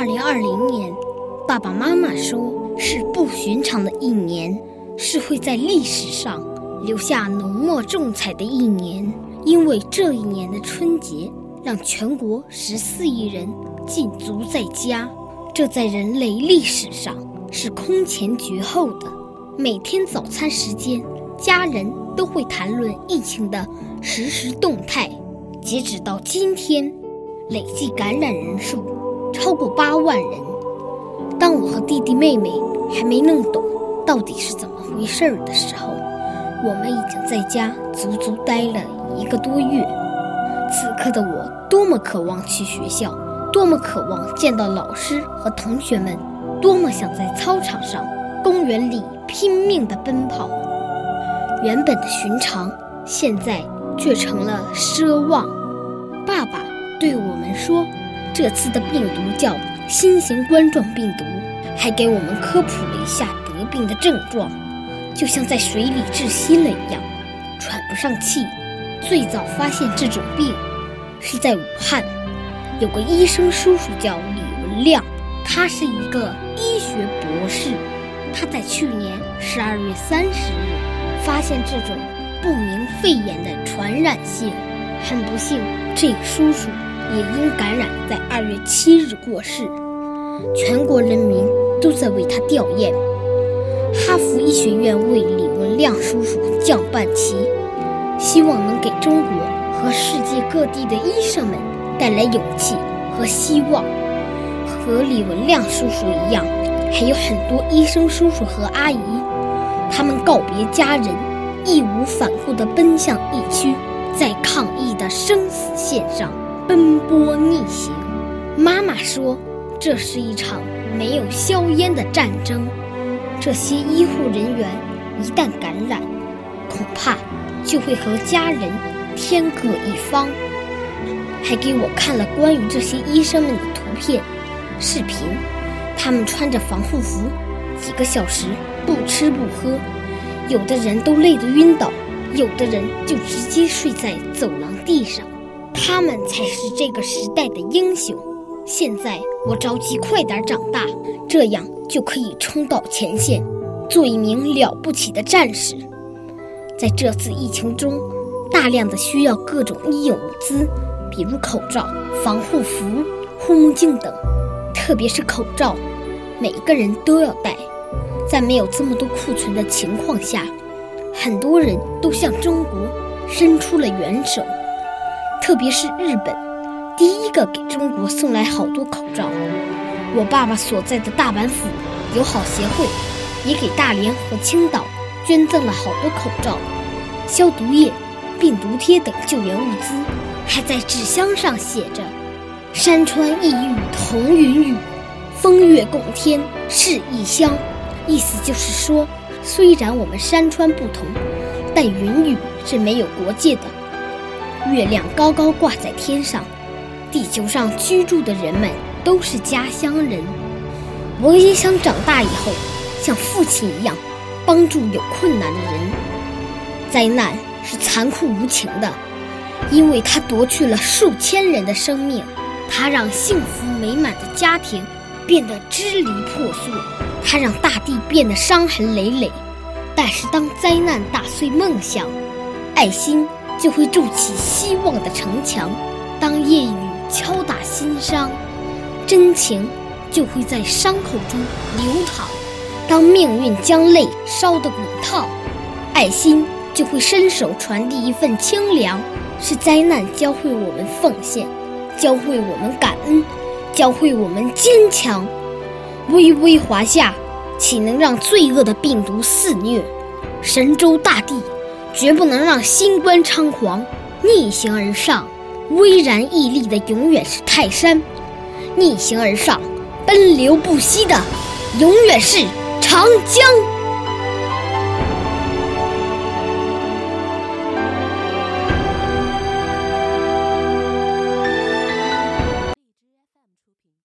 2020年，爸爸妈妈说是不寻常的一年，是会在历史上留下浓墨重彩的一年。因为这一年的春节让全国14亿人禁足在家，这在人类历史上是空前绝后的。每天早餐时间，家人都会谈论疫情的实时动态。截止到今天，累计感染人数超过8万人。当我和弟弟妹妹还没弄懂到底是怎么回事的时候，我们已经在家足足待了1个多月。此刻的我多么渴望去学校，多么渴望见到老师和同学们，多么想在操场上、公园里拼命地奔跑。原本的寻常，现在却成了奢望。爸爸对我们说，这次的病毒叫新型冠状病毒，还给我们科普了一下得病的症状，就像在水里窒息了一样，喘不上气。最早发现这种病是在武汉，有个医生叔叔叫李文亮，他是一个医学博士。他在去年12月30日发现这种不明肺炎的传染性。很不幸，这个叔叔也因感染在2月7日过世，全国人民都在为他吊唁。哈佛医学院为李文亮叔叔降半旗，希望能给中国和世界各地的医生们带来勇气和希望。和李文亮叔叔一样，还有很多医生叔叔和阿姨，他们告别家人，义无反顾地奔向疫区，在抗疫的生死线上奔波逆行。妈妈说，这是一场没有硝烟的战争。这些医护人员一旦感染，恐怕就会和家人天各一方。还给我看了关于这些医生们的图片、视频，他们穿着防护服，几个小时不吃不喝，有的人都累得晕倒，有的人就直接睡在走廊地上。他们才是这个时代的英雄。现在我着急快点长大，这样就可以冲到前线，做一名了不起的战士。在这次疫情中，大量的需要各种医用物资，比如口罩、防护服、护目镜等，特别是口罩，每个人都要戴。在没有这么多库存的情况下，很多人都向中国伸出了援手，特别是日本，第一个给中国送来好多口罩。我爸爸所在的大阪府友好协会也给大连和青岛捐赠了好多口罩、消毒液、病毒贴等救援物资，还在纸箱上写着山川异域同云雨，风月共天是异乡。意思就是说，虽然我们山川不同，但云雨是没有国界的。月亮高高挂在天上，地球上居住的人们都是家乡人。我也想长大以后像父亲一样帮助有困难的人。灾难是残酷无情的，因为它夺去了数千人的生命，它让幸福美满的家庭变得支离破碎，它让大地变得伤痕累累。但是当灾难打碎梦想，爱心就会筑起希望的城墙。当夜雨敲打心伤，真情就会在伤口中流淌。当命运将泪烧得滚烫，爱心就会伸手传递一份清凉。是灾难教会我们奉献，教会我们感恩，教会我们坚强。巍巍华夏，岂能让罪恶的病毒肆虐？神州大地绝不能让新冠猖狂。逆行而上，巍然屹立的永远是泰山；逆行而上，奔流不息的永远是长江。